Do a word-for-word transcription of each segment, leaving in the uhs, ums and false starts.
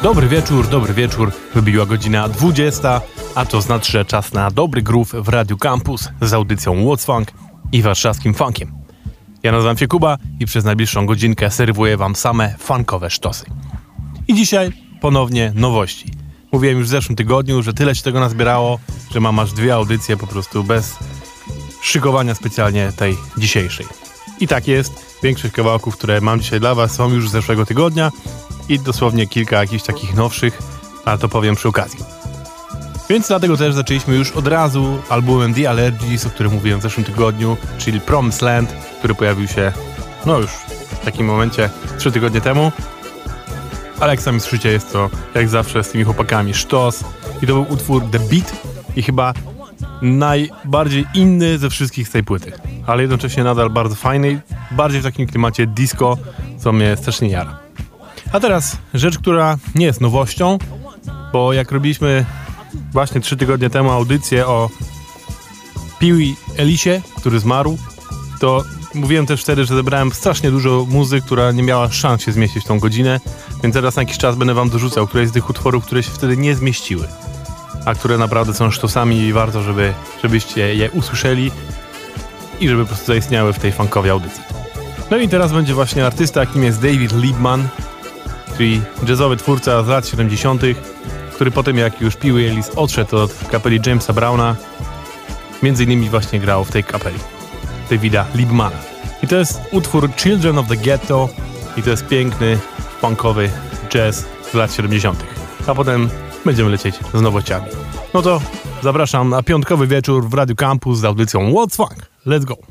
Dobry wieczór, dobry wieczór. Wybiła godzina dwudziesta, a to znaczy, że czas na dobry groove w Radiu Campus z audycją What's Funk i warszawskim funkiem. Ja nazywam się Kuba i przez najbliższą godzinkę serwuję wam same funkowe sztosy. I dzisiaj ponownie nowości. Mówiłem już w zeszłym tygodniu, że tyle się tego nazbierało, że mam aż dwie audycje po prostu bez szykowania specjalnie tej dzisiejszej. I tak jest. Większość kawałków, które mam dzisiaj dla was, są już z zeszłego tygodnia i dosłownie kilka jakichś takich nowszych, ale to powiem przy okazji. Więc dlatego też zaczęliśmy już od razu albumem The Allergies, o którym mówiłem w zeszłym tygodniu, czyli Promised Land, który pojawił się, no już w takim momencie trzy tygodnie temu. Ale jak sami słyszycie, jest to jak zawsze z tymi chłopakami sztos i to był utwór The Beat i chyba najbardziej inny ze wszystkich z tej płyty, ale jednocześnie nadal bardzo fajny, bardziej w takim klimacie disco, co mnie strasznie jara. A teraz rzecz, która nie jest nowością, bo jak robiliśmy właśnie trzy tygodnie temu audycję o Pee Wee Ellisie, który zmarł, to mówiłem też wtedy, że zebrałem strasznie dużo muzyki, która nie miała szans się zmieścić w tą godzinę, więc teraz na jakiś czas będę wam dorzucał któreś z tych utworów, które się wtedy nie zmieściły, a które naprawdę są sztosami i warto, żeby, żebyście je usłyszeli i żeby po prostu zaistniały w tej funkowej audycji. No i teraz będzie właśnie artysta, jakim jest David Liebman, czyli jazzowy twórca z lat siedemdziesiątych, który potem, jak już Pee Wee Ellis odszedł od kapeli Jamesa Browna, między innymi właśnie grał w tej kapeli Davida Liebmana. I to jest utwór Children of the Ghetto i to jest piękny, funkowy jazz z lat siedemdziesiątych. A potem będziemy lecieć z nowościami. No to zapraszam na piątkowy wieczór w Radiu Campus z audycją What's Funk. Let's go!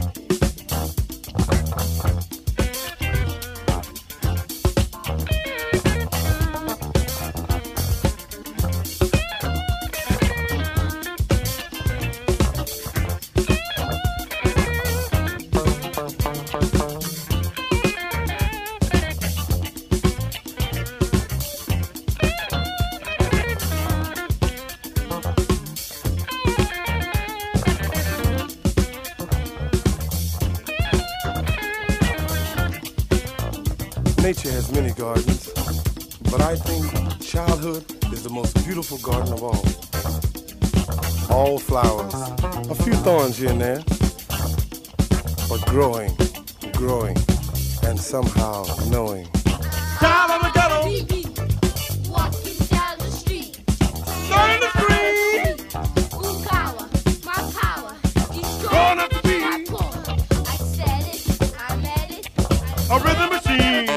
Nature has many gardens, but I think childhood is the most beautiful garden of all. All flowers, a few thorns here and there, but growing, growing, and somehow knowing. Child of the ghetto, walking down the street, down the street. Ooh, power, my power, destroying up the beat. My core, I said it, I met it, a rhythm machine.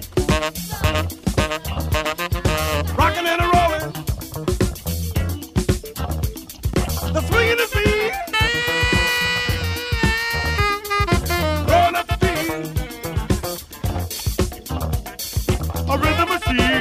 Rocking and a rolling, the swing and the beat, throwing up the beat, a rhythm machine.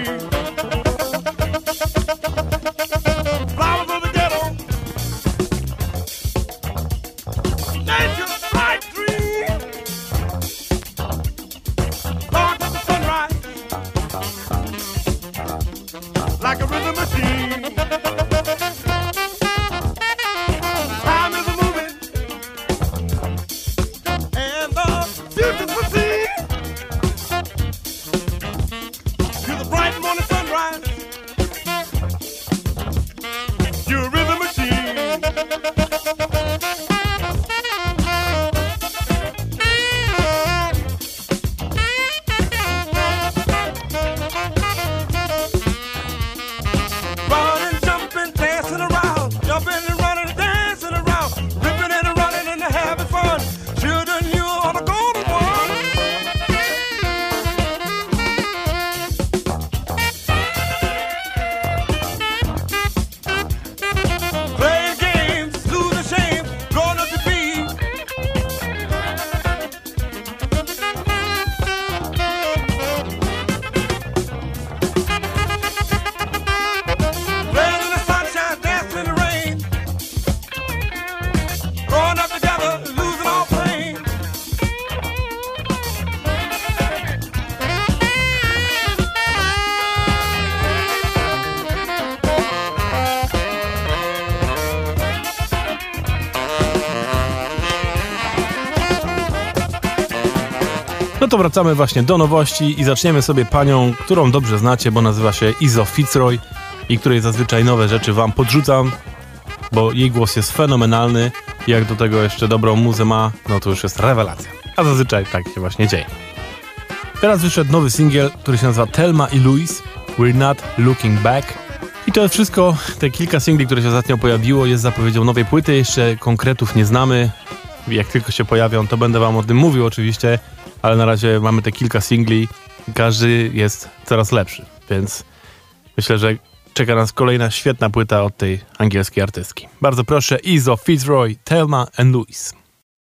No to wracamy właśnie do nowości i zaczniemy sobie panią, którą dobrze znacie, bo nazywa się Izo Fitzroy i której zazwyczaj nowe rzeczy wam podrzucam, bo jej głos jest fenomenalny i jak do tego jeszcze dobrą muzę ma, no to już jest rewelacja. A zazwyczaj tak się właśnie dzieje. Teraz wyszedł nowy singiel, który się nazywa Thelma i Louise, We're Not Looking Back. I to jest wszystko, te kilka singli, które się ostatnio pojawiło, jest zapowiedzią nowej płyty, jeszcze konkretów nie znamy. Jak tylko się pojawią, to będę wam o tym mówił oczywiście, ale na razie mamy te kilka singli, każdy jest coraz lepszy, więc myślę, że czeka nas kolejna świetna płyta od tej angielskiej artystki. Bardzo proszę, Izo Fitzroy, Thelma and Louise.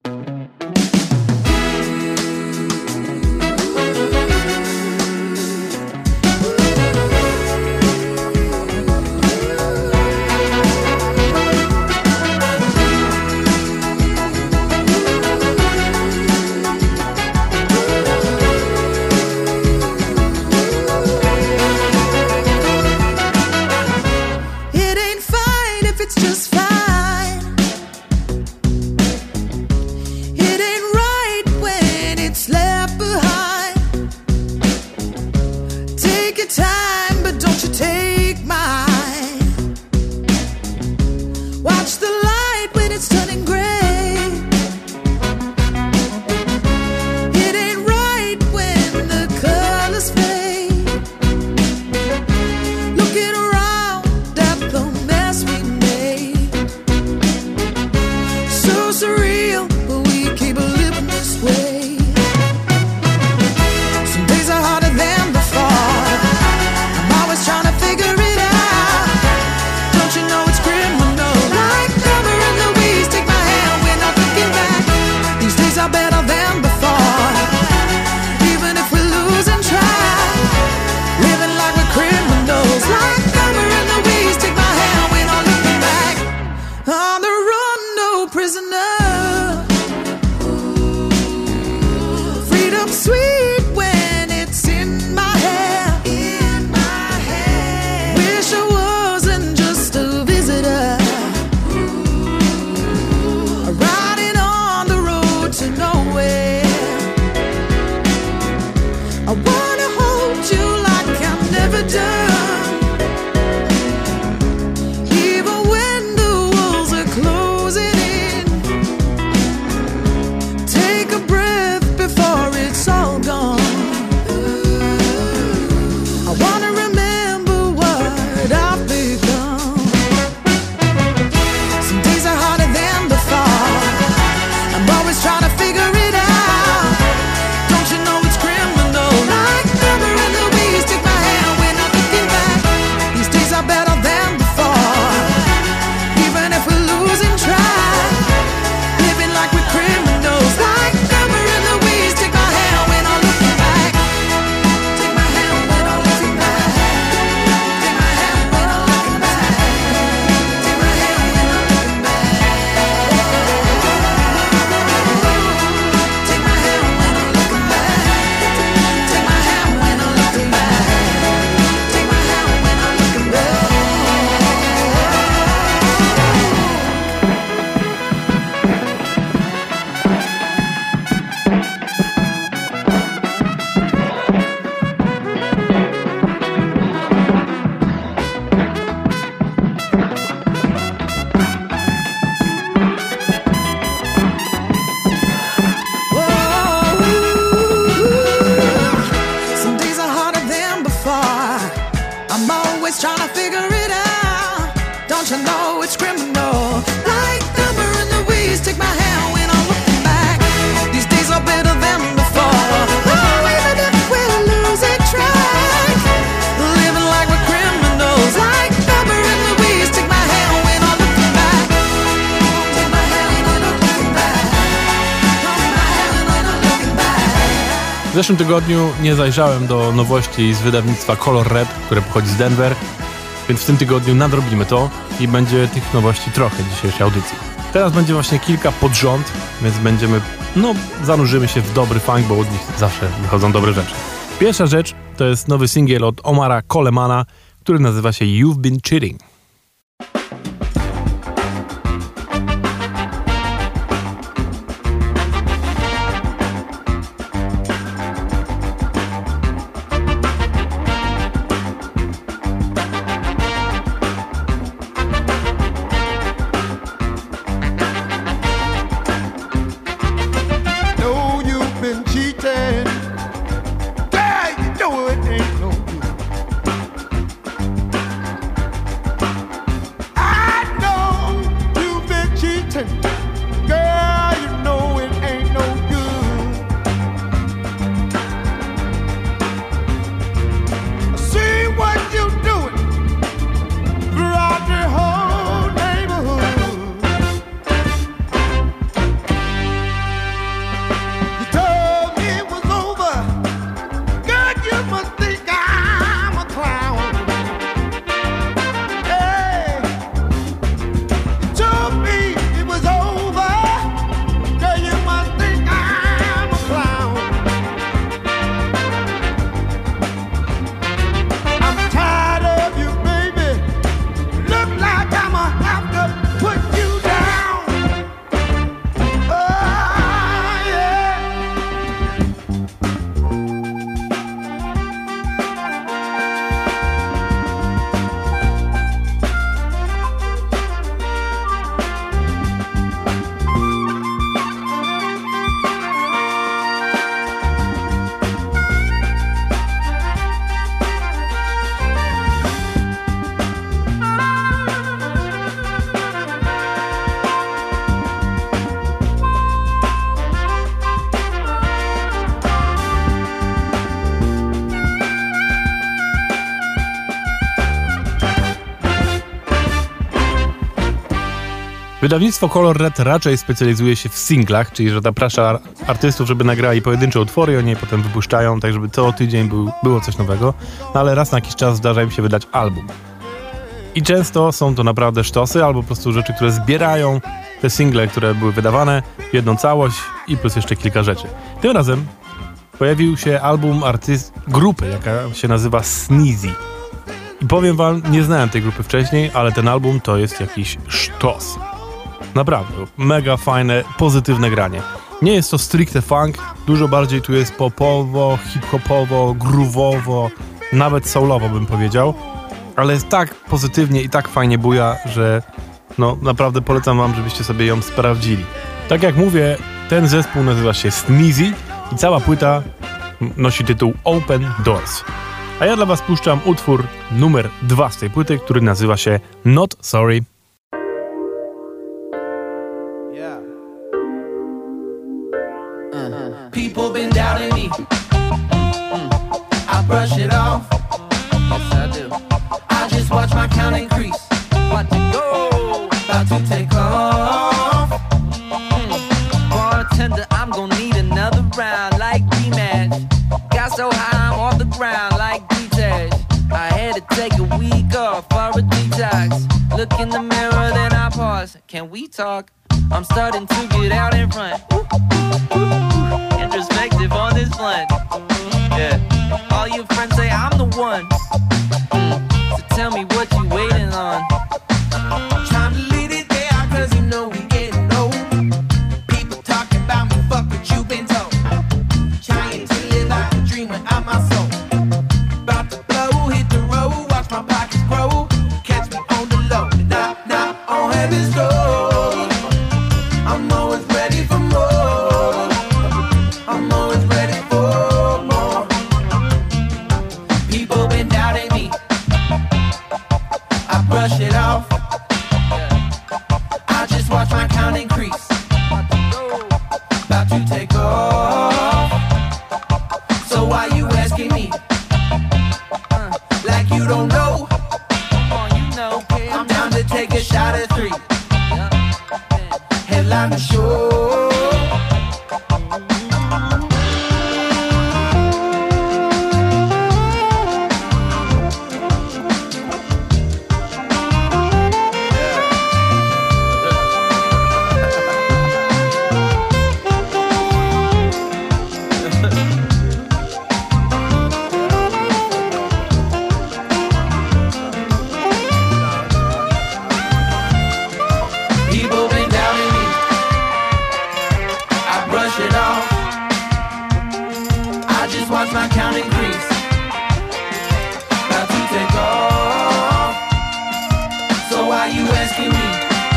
W zeszłym tygodniu nie zajrzałem do nowości z wydawnictwa Color Red, które pochodzi z Denver, więc w tym tygodniu nadrobimy to i będzie tych nowości trochę w dzisiejszej audycji. Teraz będzie właśnie kilka pod rząd, więc będziemy, no, zanurzymy się w dobry funk, bo od nich zawsze wychodzą dobre rzeczy. Pierwsza rzecz to jest nowy singiel od Omara Colemana, który nazywa się You've Been Cheating. Wydawnictwo Color Red raczej specjalizuje się w singlach, czyli że zaprasza artystów, żeby nagrali pojedyncze utwory i oni je potem wypuszczają, tak żeby co tydzień był, było coś nowego, no ale raz na jakiś czas zdarza im się wydać album. I często są to naprawdę sztosy albo po prostu rzeczy, które zbierają te single, które były wydawane w jedną całość i plus jeszcze kilka rzeczy. Tym razem pojawił się album artyst grupy, jaka się nazywa Sneezy. I powiem wam, nie znałem tej grupy wcześniej, ale ten album to jest jakiś sztos. Naprawdę, mega fajne, pozytywne granie. Nie jest to stricte funk, dużo bardziej tu jest popowo, hip-hopowo, groove'owo, nawet soulowo bym powiedział, ale jest tak pozytywnie i tak fajnie buja, że no naprawdę polecam wam, żebyście sobie ją sprawdzili. Tak jak mówię, ten zespół nazywa się Sneezy i cała płyta nosi tytuł Open Doors. A ja dla was puszczam utwór numer dwa z tej płyty, który nazywa się Not Sorry. People been doubting me. I brush it off. Yes, I do. I just watch my count increase. About to go, about to take off. Mm. Bartender, I'm gonna need another round like D-Match. Got so high, I'm off the ground like D-Tash. I had to take a week off for a detox. Look in the mirror, then I pause. Can we talk? I'm starting to get out in front. Introspective on this blunt. Yeah. All your friends say I'm the one. Mm. So tell me what you waiting on. Trying to lead it there, cause you know we getting old. People talking about me, fuck what you been told. Trying to live like a dream without my soul. About to blow, hit the road, watch my pockets grow. Catch me on the low, not, not on heaven's door. I'm always ready for more. I'm always ready for more. People been doubting me. I brush it off. I just watch my count increase. About to take off. So why you asking me? Uh, like you don't know. Oh, you know. I'm down to take a shot at three. Headline the show. Watch my count increase. About to take off. So why you asking me?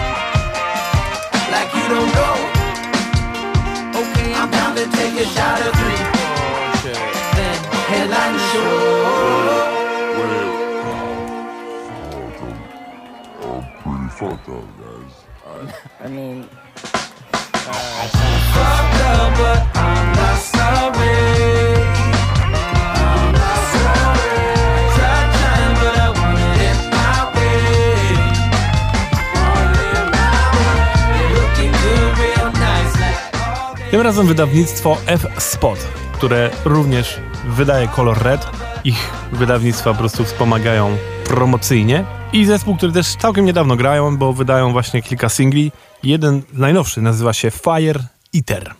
Like you don't know. Okay, I'm down to take a shot of three. Then headline the show. I'm pretty fucked up, guys. I mean, Fucked up, but I'm not sorry. Tym razem wydawnictwo F-Spot, które również wydaje Color Red. Ich wydawnictwa po prostu wspomagają promocyjnie. I zespół, który też całkiem niedawno grają, bo wydają właśnie kilka singli. Jeden najnowszy nazywa się Fire Eater.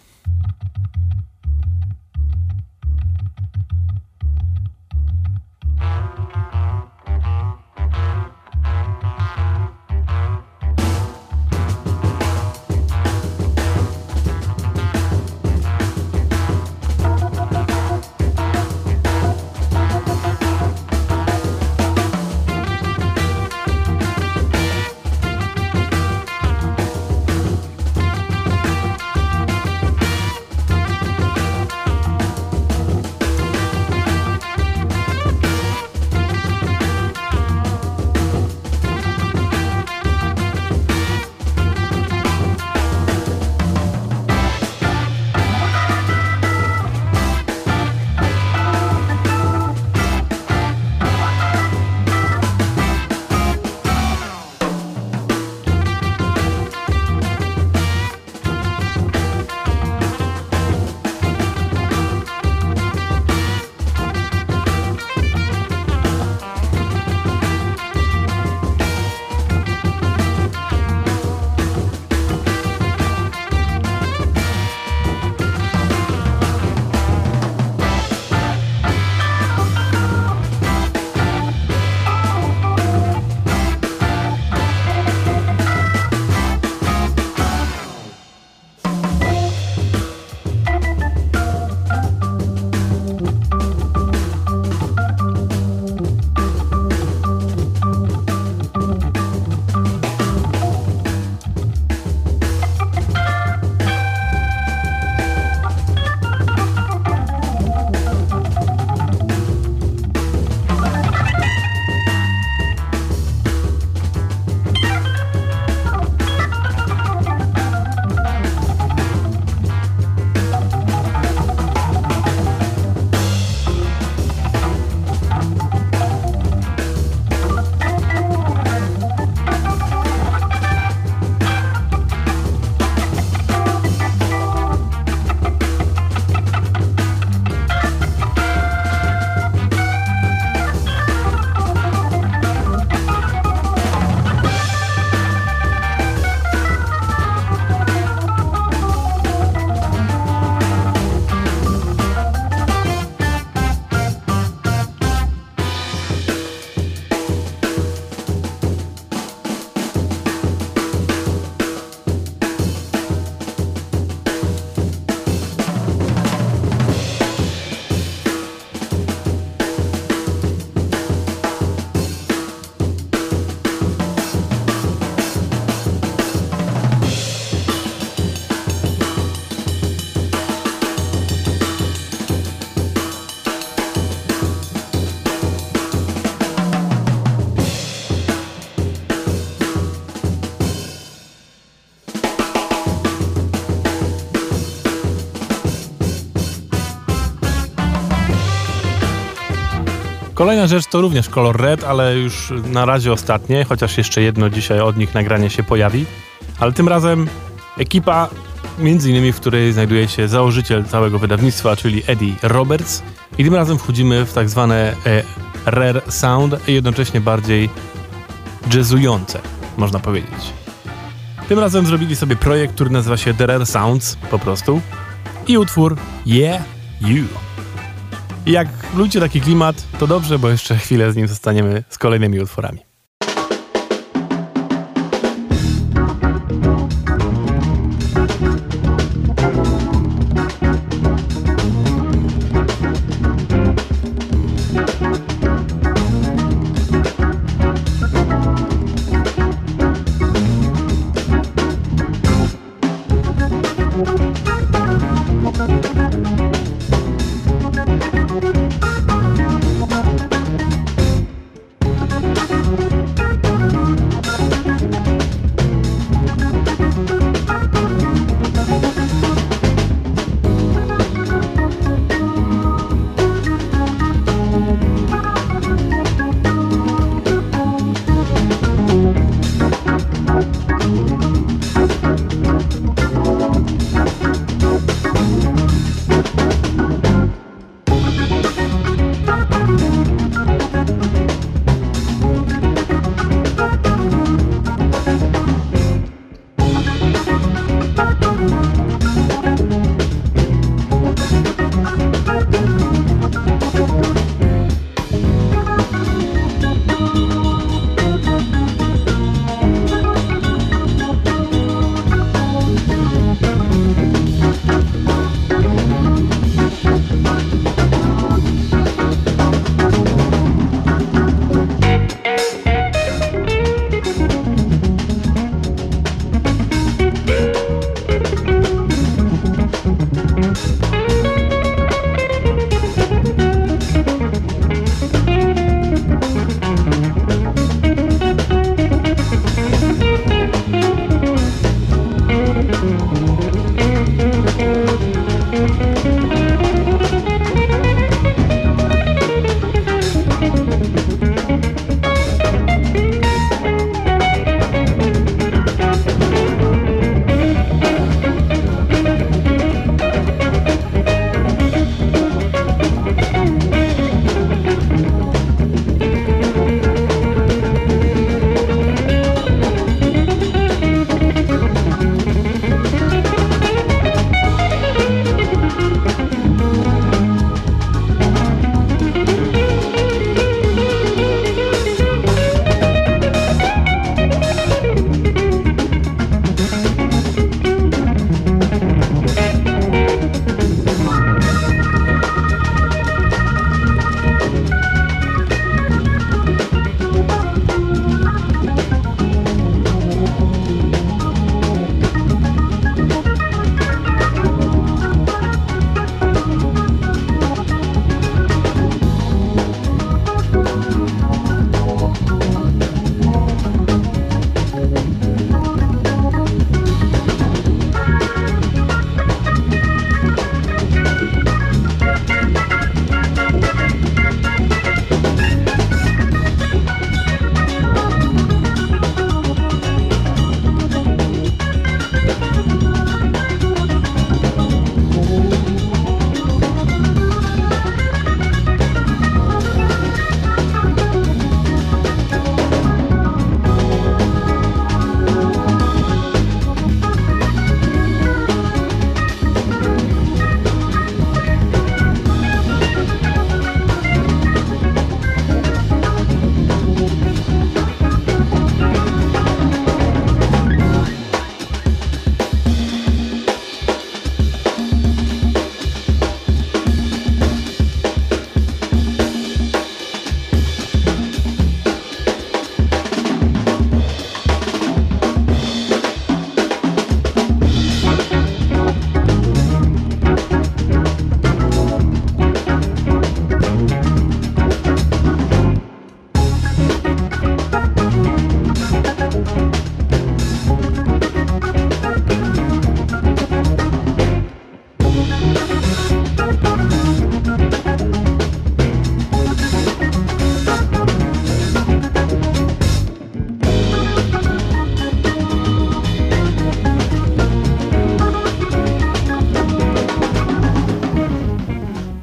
Kolejna rzecz to również kolor red, ale już na razie ostatnie, chociaż jeszcze jedno dzisiaj od nich nagranie się pojawi. Ale tym razem ekipa, między innymi w której znajduje się założyciel całego wydawnictwa, czyli Eddie Roberts. I tym razem wchodzimy w tak zwane e, rare sound i jednocześnie bardziej jazzujące, można powiedzieć. Tym razem zrobili sobie projekt, który nazywa się The Rare Sounds, po prostu. I utwór Yeah You. I jak lubicie taki klimat, to dobrze, bo jeszcze chwilę z nim zostaniemy z kolejnymi utworami. Thank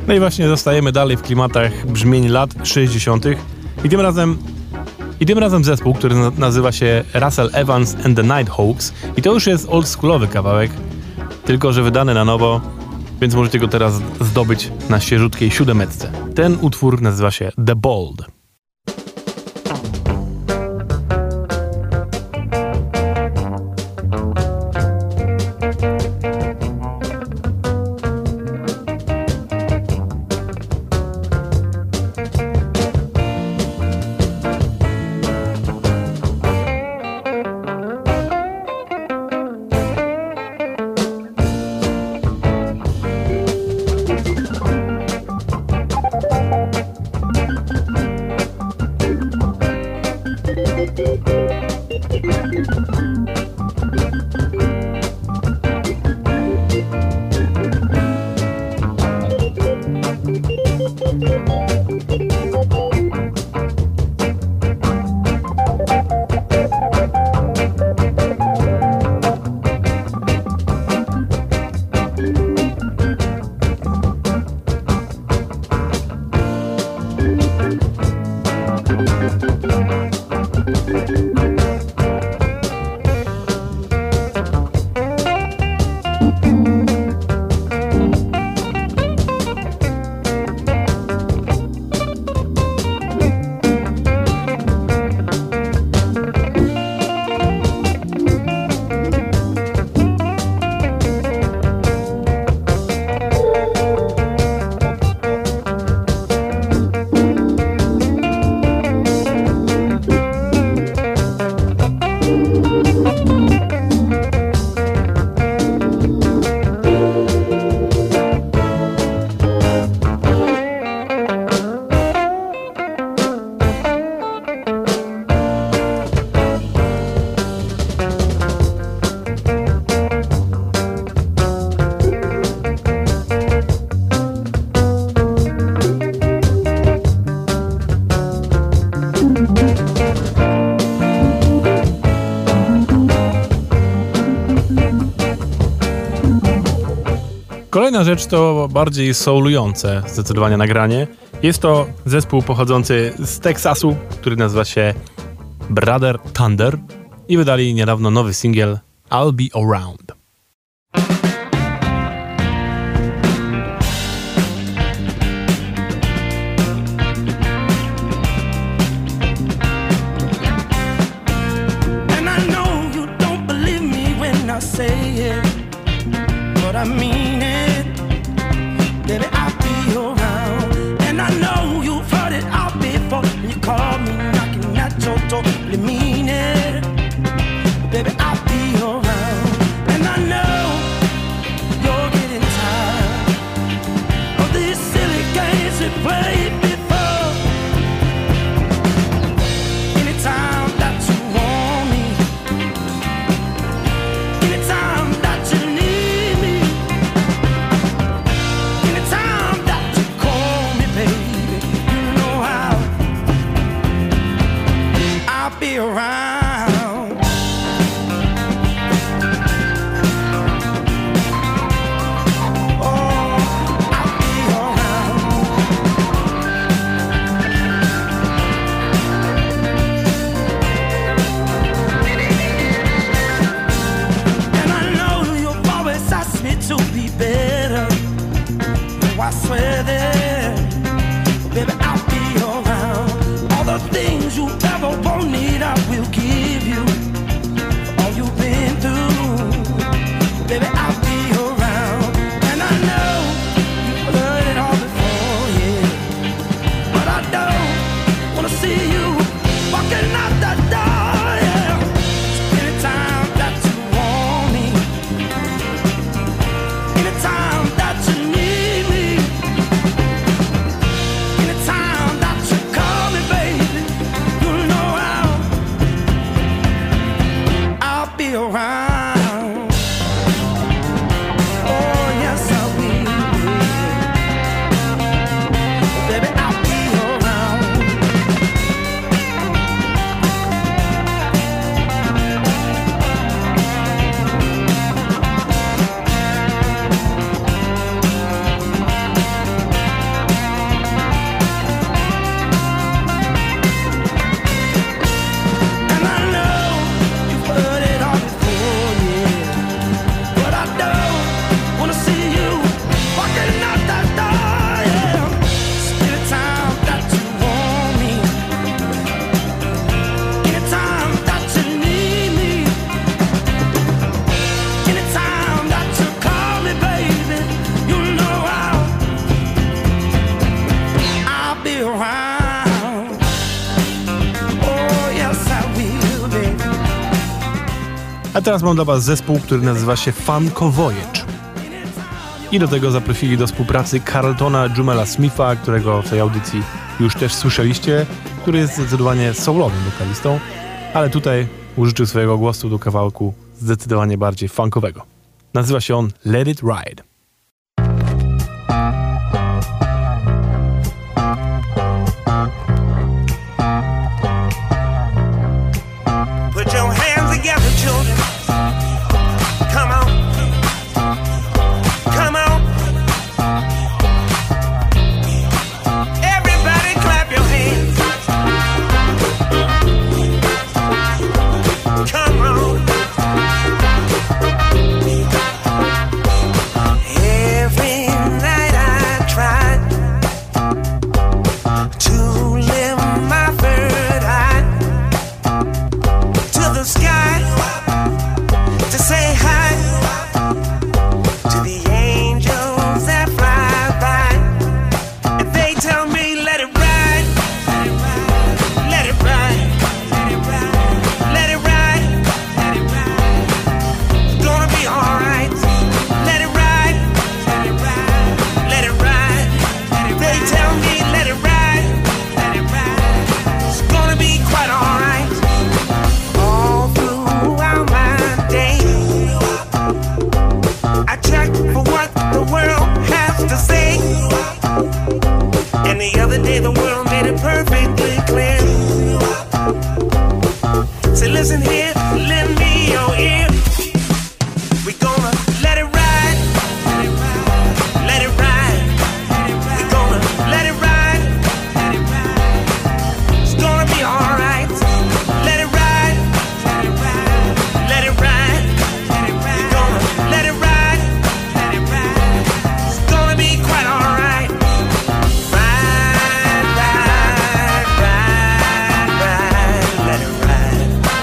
No i właśnie zostajemy dalej w klimatach brzmień lat sześćdziesiątych. I tym razem I tym razem zespół, który na- nazywa się Russell Evans and the Nighthawks. I to już jest oldschoolowy kawałek, tylko że wydany na nowo, więc możecie go teraz zdobyć na świeżutkiej siódemeczce. Ten utwór nazywa się The Bold. Kolejna rzecz to bardziej soulujące zdecydowanie nagranie. Jest to zespół pochodzący z Teksasu, który nazywa się Brother Thunder i wydali niedawno nowy singiel I'll Be Around. And I know you don't believe me when I say it, but I mean it. Baby, I'll be around. And I know you've heard it all before. When you call me knocking at your door, really mean it. Baby, I'll be around. And I know you're getting tired of these silly games we played before. Anytime that you want me, anytime that you need me, anytime that you call me, baby, you know how I'll be around. I swear that, baby, I'll be around. All the things you ever wanted, I will give you. For all you've been through, baby, I'll be around. And I know you've heard it all before, yeah, but I don't wanna see you walking out that door, yeah. So anytime that you want me, anytime that you need me, anytime that you call me, baby, you know how I'll be around. Oh, yes, I will, baby, I'll be around. A teraz mam dla was zespół, który nazywa się Funko Voyage. I do tego zaprosili do współpracy Carltona Jumela Smitha, którego w tej audycji już też słyszeliście, który jest zdecydowanie soulowym wokalistą, ale tutaj użyczył swojego głosu do kawałku zdecydowanie bardziej funkowego. Nazywa się on Let It Ride. Put your hands together, children. Come on. Come on. Everybody clap your hands. Come on. Every night I try to lift my third eye to the sky to say hi to the angels that fly by, and they tell me let it ride, let it ride, let it ride, it's gonna be alright. Let it ride, let it ride, they tell me let it ride, it's gonna be quite alright. All throughout my day, I check for what the world has to say, and the other day the world made it perfectly clear. Say, listen here, lend me your ear. We gonna let it ride, let it ride. We gonna let it ride. It's gonna be alright. Let it ride, let it ride. We gonna let it ride. It's gonna be quite alright. Ride, ride, ride, ride. Let it ride.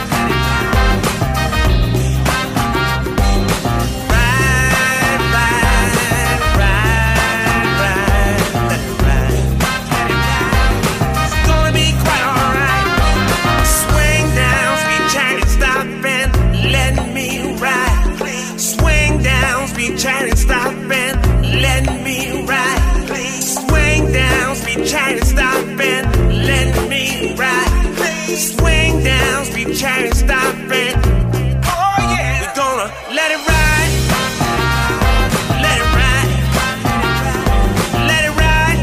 Ride, ride, ride, ride. Let it ride. It's gonna be quite alright. Swing down, sweet Chinese, stop and let me ride. Swing down, sweet Chinese, stop and let me ride. Swing down, sweet Chinese, stop and let me ride. Swing down, sweet Chinese, stop and oh yeah, we're gonna let it ride, let it ride, let it ride.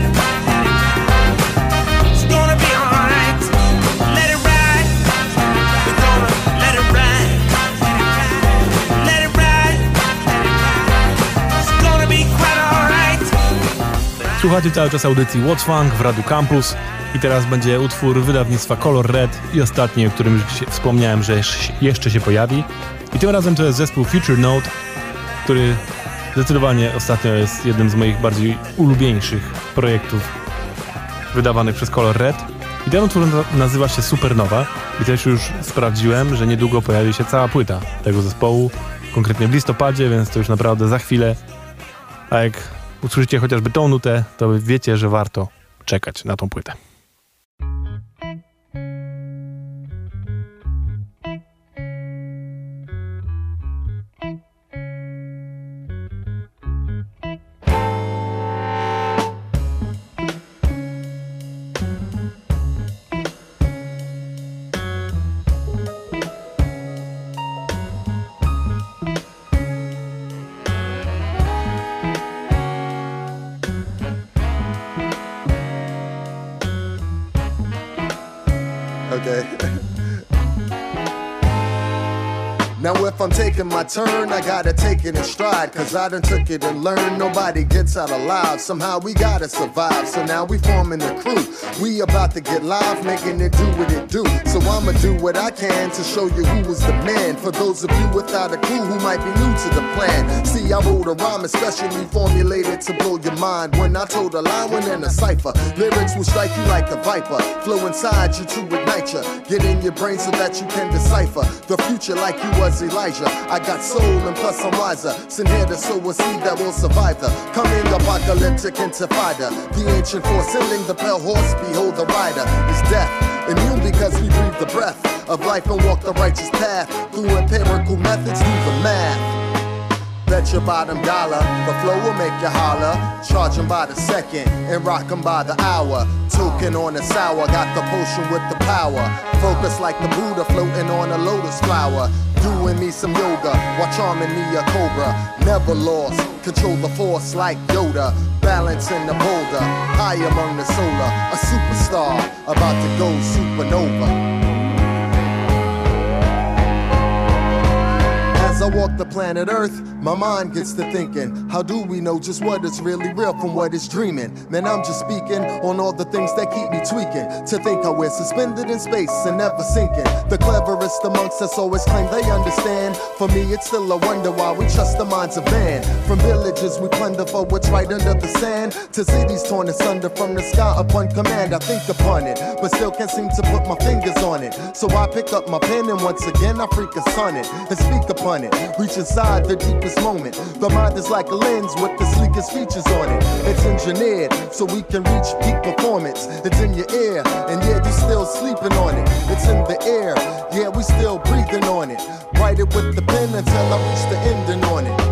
It's gonna be alright. Let it ride. We're gonna let it ride, let it ride. It's gonna be quite alright. Słuchacie cały czas audycji What's Funk w Radiu Campus i teraz będzie utwór wydawnictwa Color Red i ostatni, o którym już się wspomniałem, że jeszcze się pojawi. I tym razem to jest zespół Future Note, który zdecydowanie ostatnio jest jednym z moich bardziej ulubieńszych projektów wydawanych przez Color Red. I ten utwór nazywa się Supernowa i też już sprawdziłem, że niedługo pojawi się cała płyta tego zespołu, konkretnie w listopadzie, więc to już naprawdę za chwilę. A jak usłyszycie chociażby tą nutę, to wiecie, że warto czekać na tą płytę. Okay. Now if I'm taking my turn, I gotta take it in stride, cause I done took it and learned nobody gets out alive. Somehow we gotta survive, so now we forming a crew. We about to get live, making it do what it do. So I'ma do what I can to show you who was the man. For those of you without a clue who might be new to the plan. See, I wrote a rhyme especially formulated to blow your mind. When I told a line, when in a cipher, lyrics will strike you like a viper. Flow inside you to ignite you. Get in your brain so that you can decipher the future like you was as Elijah. I got soul and plus I'm wiser. Send here to sow a seed that will survive the coming apocalyptic intifada. The ancient force sending the pale horse, behold the rider is death. Immune because we breathe the breath of life and walk the righteous path. Through empirical methods, do the math. Bet your bottom dollar, the flow will make you holler. Charge 'em by the second and rock 'em by the hour. Token on the sour, got the potion with the power. Focus like the Buddha floating on a lotus flower. Doing me some yoga while charming me a cobra. Never lost, control the force like Yoda. Balance in the boulder, high among the solar. A superstar, about to go supernova. As I walk the planet Earth, my mind gets to thinking, how do we know just what is really real from what is dreaming? Man, I'm just speaking on all the things that keep me tweaking. To think how we're suspended in space and never sinking. The cleverest amongst us always claim they understand. For me, it's still a wonder why we trust the minds of man. From villages we plunder for what's right under the sand, to cities torn asunder from the sky upon command. I think upon it, but still can't seem to put my fingers on it. So I pick up my pen and once again I freak a sonnet and speak upon it. Reach inside the deepest moment. The mind is like a lens with the sleekest features on it. It's engineered so we can reach peak performance. It's in your ear, and yeah, you're still sleeping on it. It's in the air, yeah, we still breathing on it. Write it with the pen until I reach the ending on it.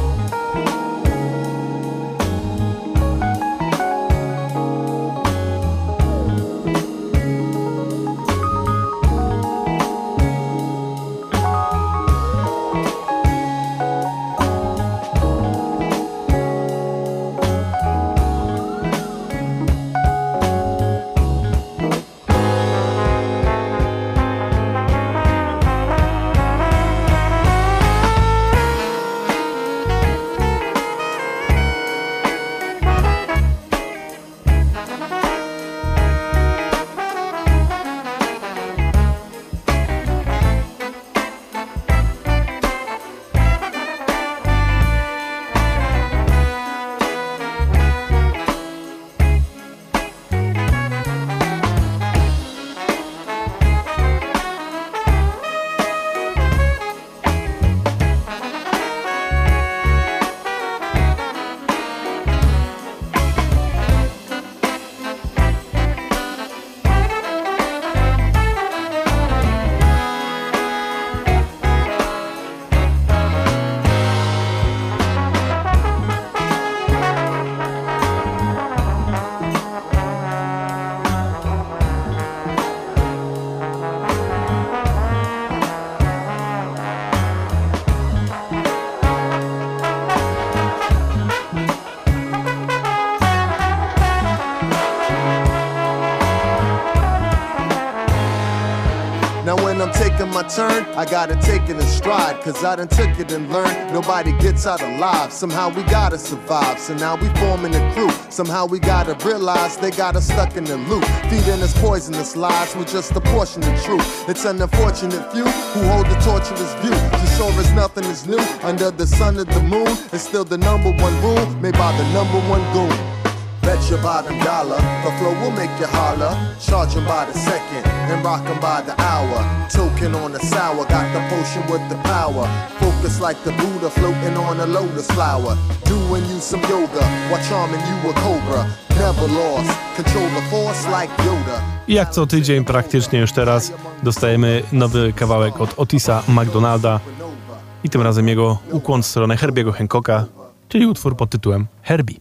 My turn, I gotta take it in stride, cause I done took it and learned nobody gets out alive. Somehow we gotta survive, so now we forming a crew. Somehow we gotta realize they got us stuck in the loop, feeding us poisonous lies with just a portion of truth. It's an unfortunate few who hold the torturous view. Just sure as nothing is new under the sun or the moon, it's still the number one rule made by the number one goon. Bet your bottom dollar, the flow will make you holler. Charge 'em by the second and rock 'em by the hour. Token on the sour, got the potion with the power. Focus like the Buddha floating on a lotus flower. Doing you some yoga while charming you a cobra. Never lost, control the force like Yoda. I jak co tydzień praktycznie już teraz dostajemy nowy kawałek od Otisa McDonalda i tym razem jego ukłon w stronę Herbiego Hancocka, czyli utwór pod tytułem Herbie.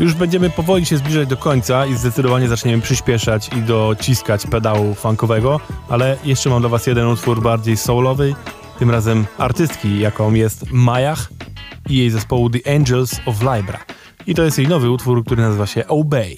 Już będziemy powoli się zbliżać do końca i zdecydowanie zaczniemy przyspieszać i dociskać pedału funkowego, ale jeszcze mam dla was jeden utwór bardziej soulowy, tym razem artystki, jaką jest Mayach i jej zespołu The Angels of Libra. I to jest jej nowy utwór, który nazywa się Obey.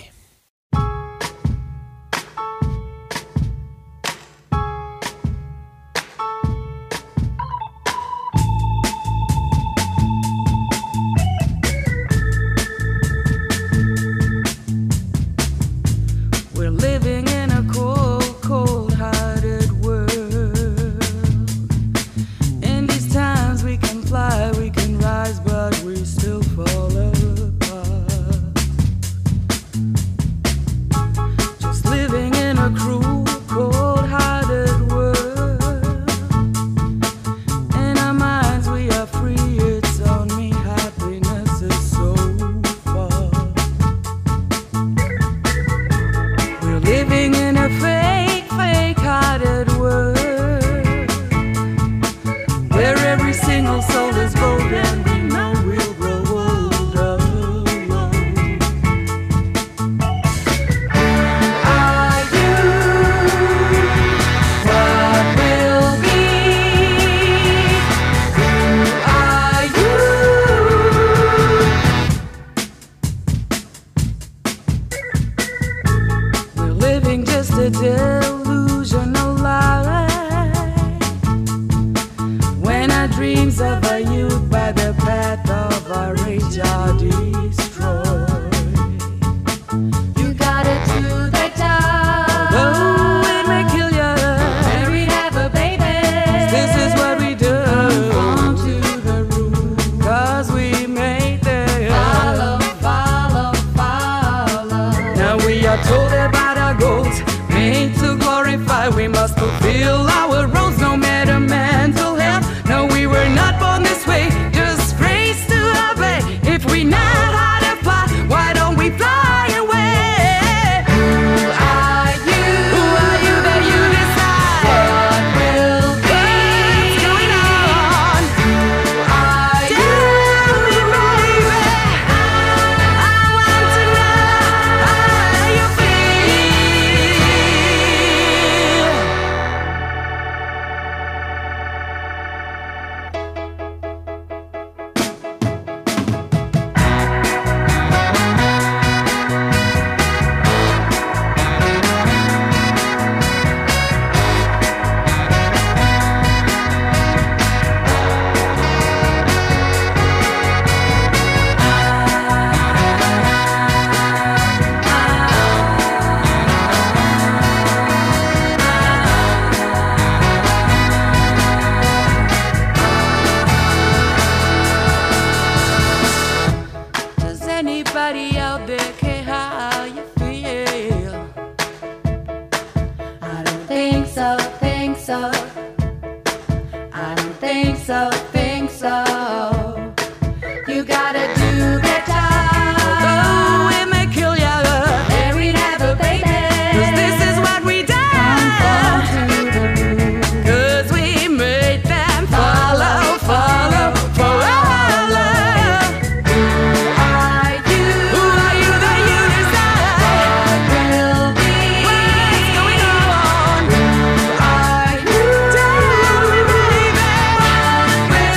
Baby,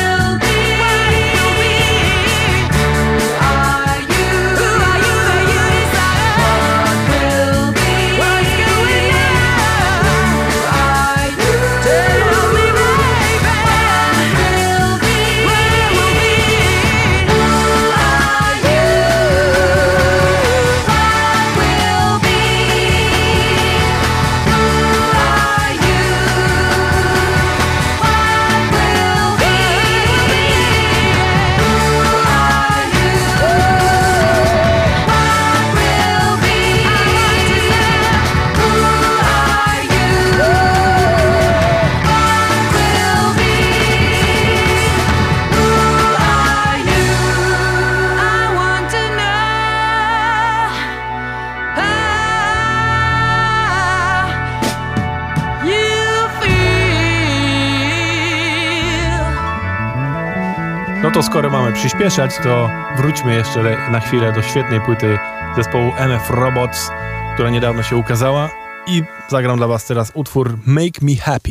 to skoro mamy przyspieszać, to wróćmy jeszcze na chwilę do świetnej płyty zespołu M F Robots, która niedawno się ukazała i zagram dla was teraz utwór Make Me Happy.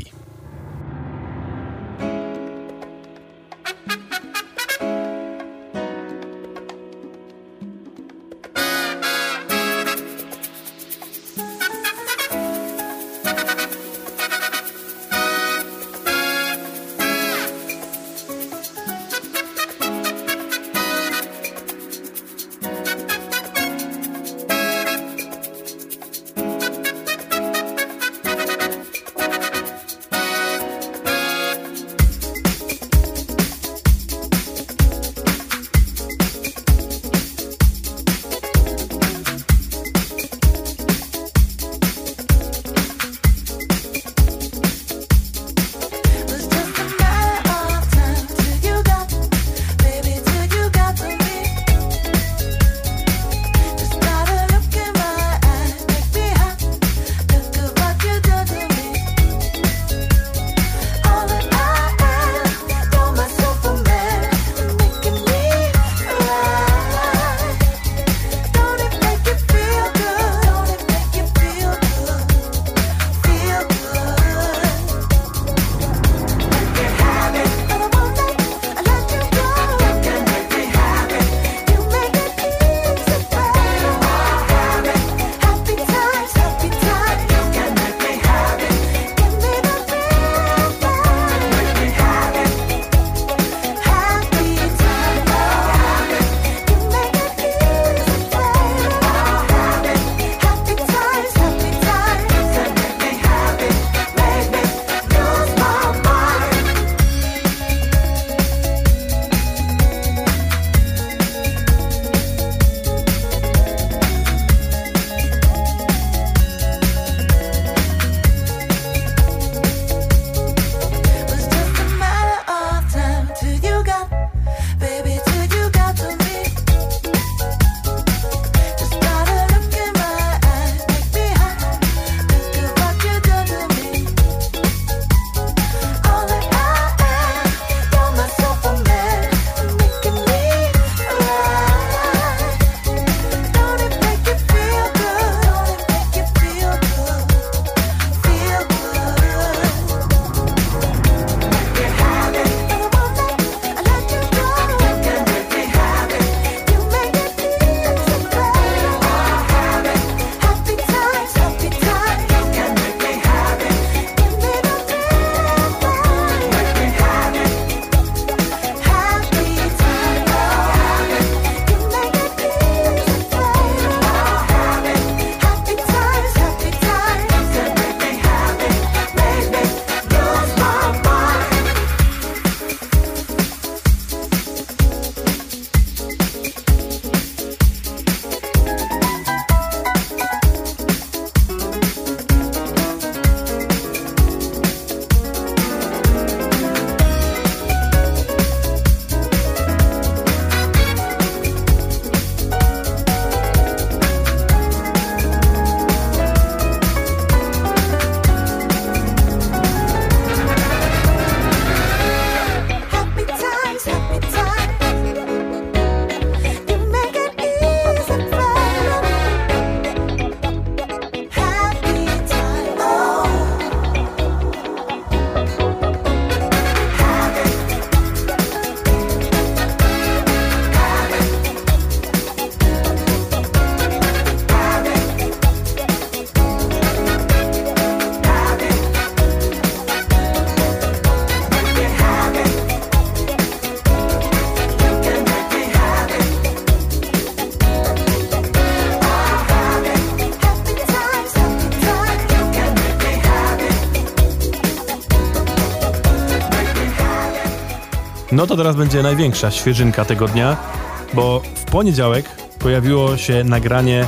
No to teraz będzie największa świeżynka tego dnia, bo w poniedziałek pojawiło się nagranie,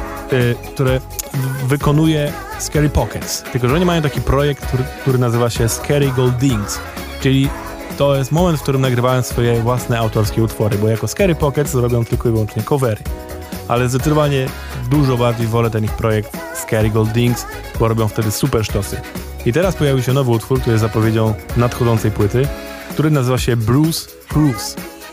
y, które wykonuje Scary Pockets. Tylko że oni mają taki projekt, który, który nazywa się Scary Goldings, czyli to jest moment, w którym nagrywałem swoje własne autorskie utwory, bo jako Scary Pockets robią tylko i wyłącznie covery. Ale zdecydowanie dużo bardziej wolę ten ich projekt Scary Goldings, bo robią wtedy super sztosy. I teraz pojawił się nowy utwór, który jest zapowiedzią nadchodzącej płyty, który nazywa się Bruce Cruise.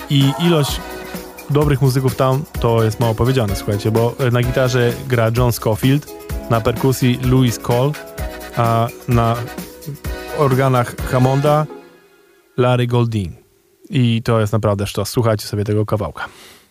i ilość dobrych muzyków tam to jest mało powiedziane, słuchajcie, bo na gitarze gra John Scofield, na perkusji Louis Cole, a na organach Hammonda Larry Golding. I to jest naprawdę sztos. Słuchajcie sobie tego kawałka.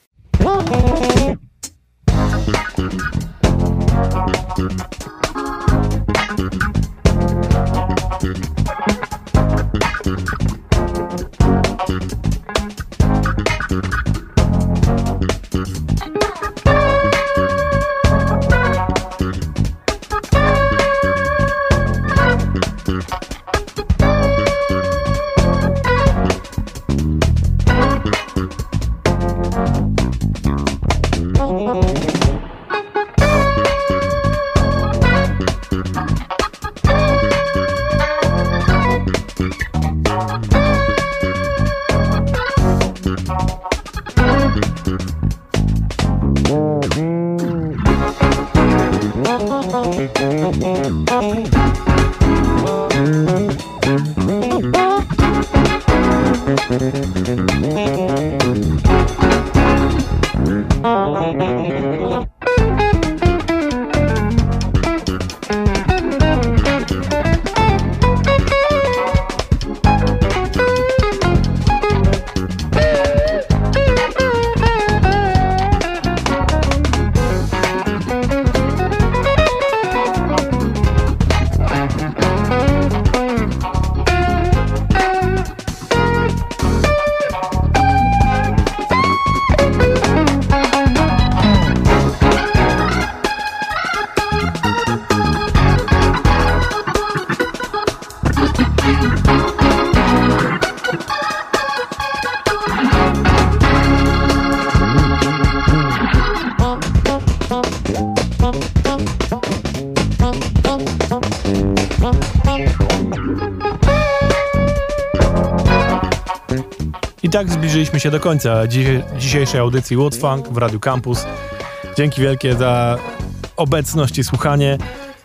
I tak zbliżyliśmy się do końca dziś- dzisiejszej audycji What's Funk w Radiu Campus. Dzięki wielkie za obecność i słuchanie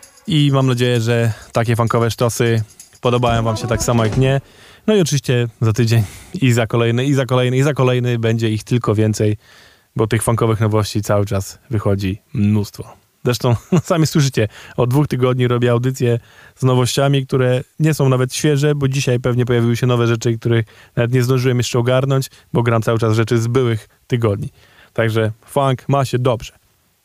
i mam nadzieję, że takie funkowe sztosy podobają wam się tak samo jak mnie. No i oczywiście za tydzień i za kolejny, i za kolejny, i za kolejny będzie ich tylko więcej, bo tych funkowych nowości cały czas wychodzi mnóstwo. Zresztą no, sami słyszycie, od dwóch tygodni robię audycje z nowościami, które nie są nawet świeże, bo dzisiaj pewnie pojawiły się nowe rzeczy, których nawet nie zdążyłem jeszcze ogarnąć, bo gram cały czas rzeczy z byłych tygodni. Także funk ma się dobrze.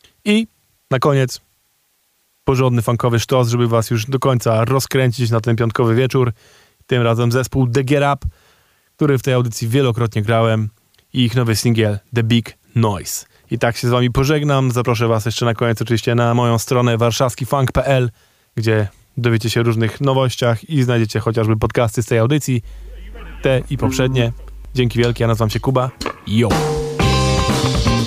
I na koniec porządny funkowy sztos, żeby was już do końca rozkręcić na ten piątkowy wieczór. Tym razem zespół The Get Up, który w tej audycji wielokrotnie grałem i ich nowy singiel The Big Noise. I tak się z wami pożegnam. Zaproszę was jeszcze na koniec oczywiście na moją stronę warszawski funk kropka p l, gdzie dowiecie się o różnych nowościach i znajdziecie chociażby podcasty z tej audycji, te i poprzednie. Dzięki wielkie, ja nazywam się Kuba. Yo!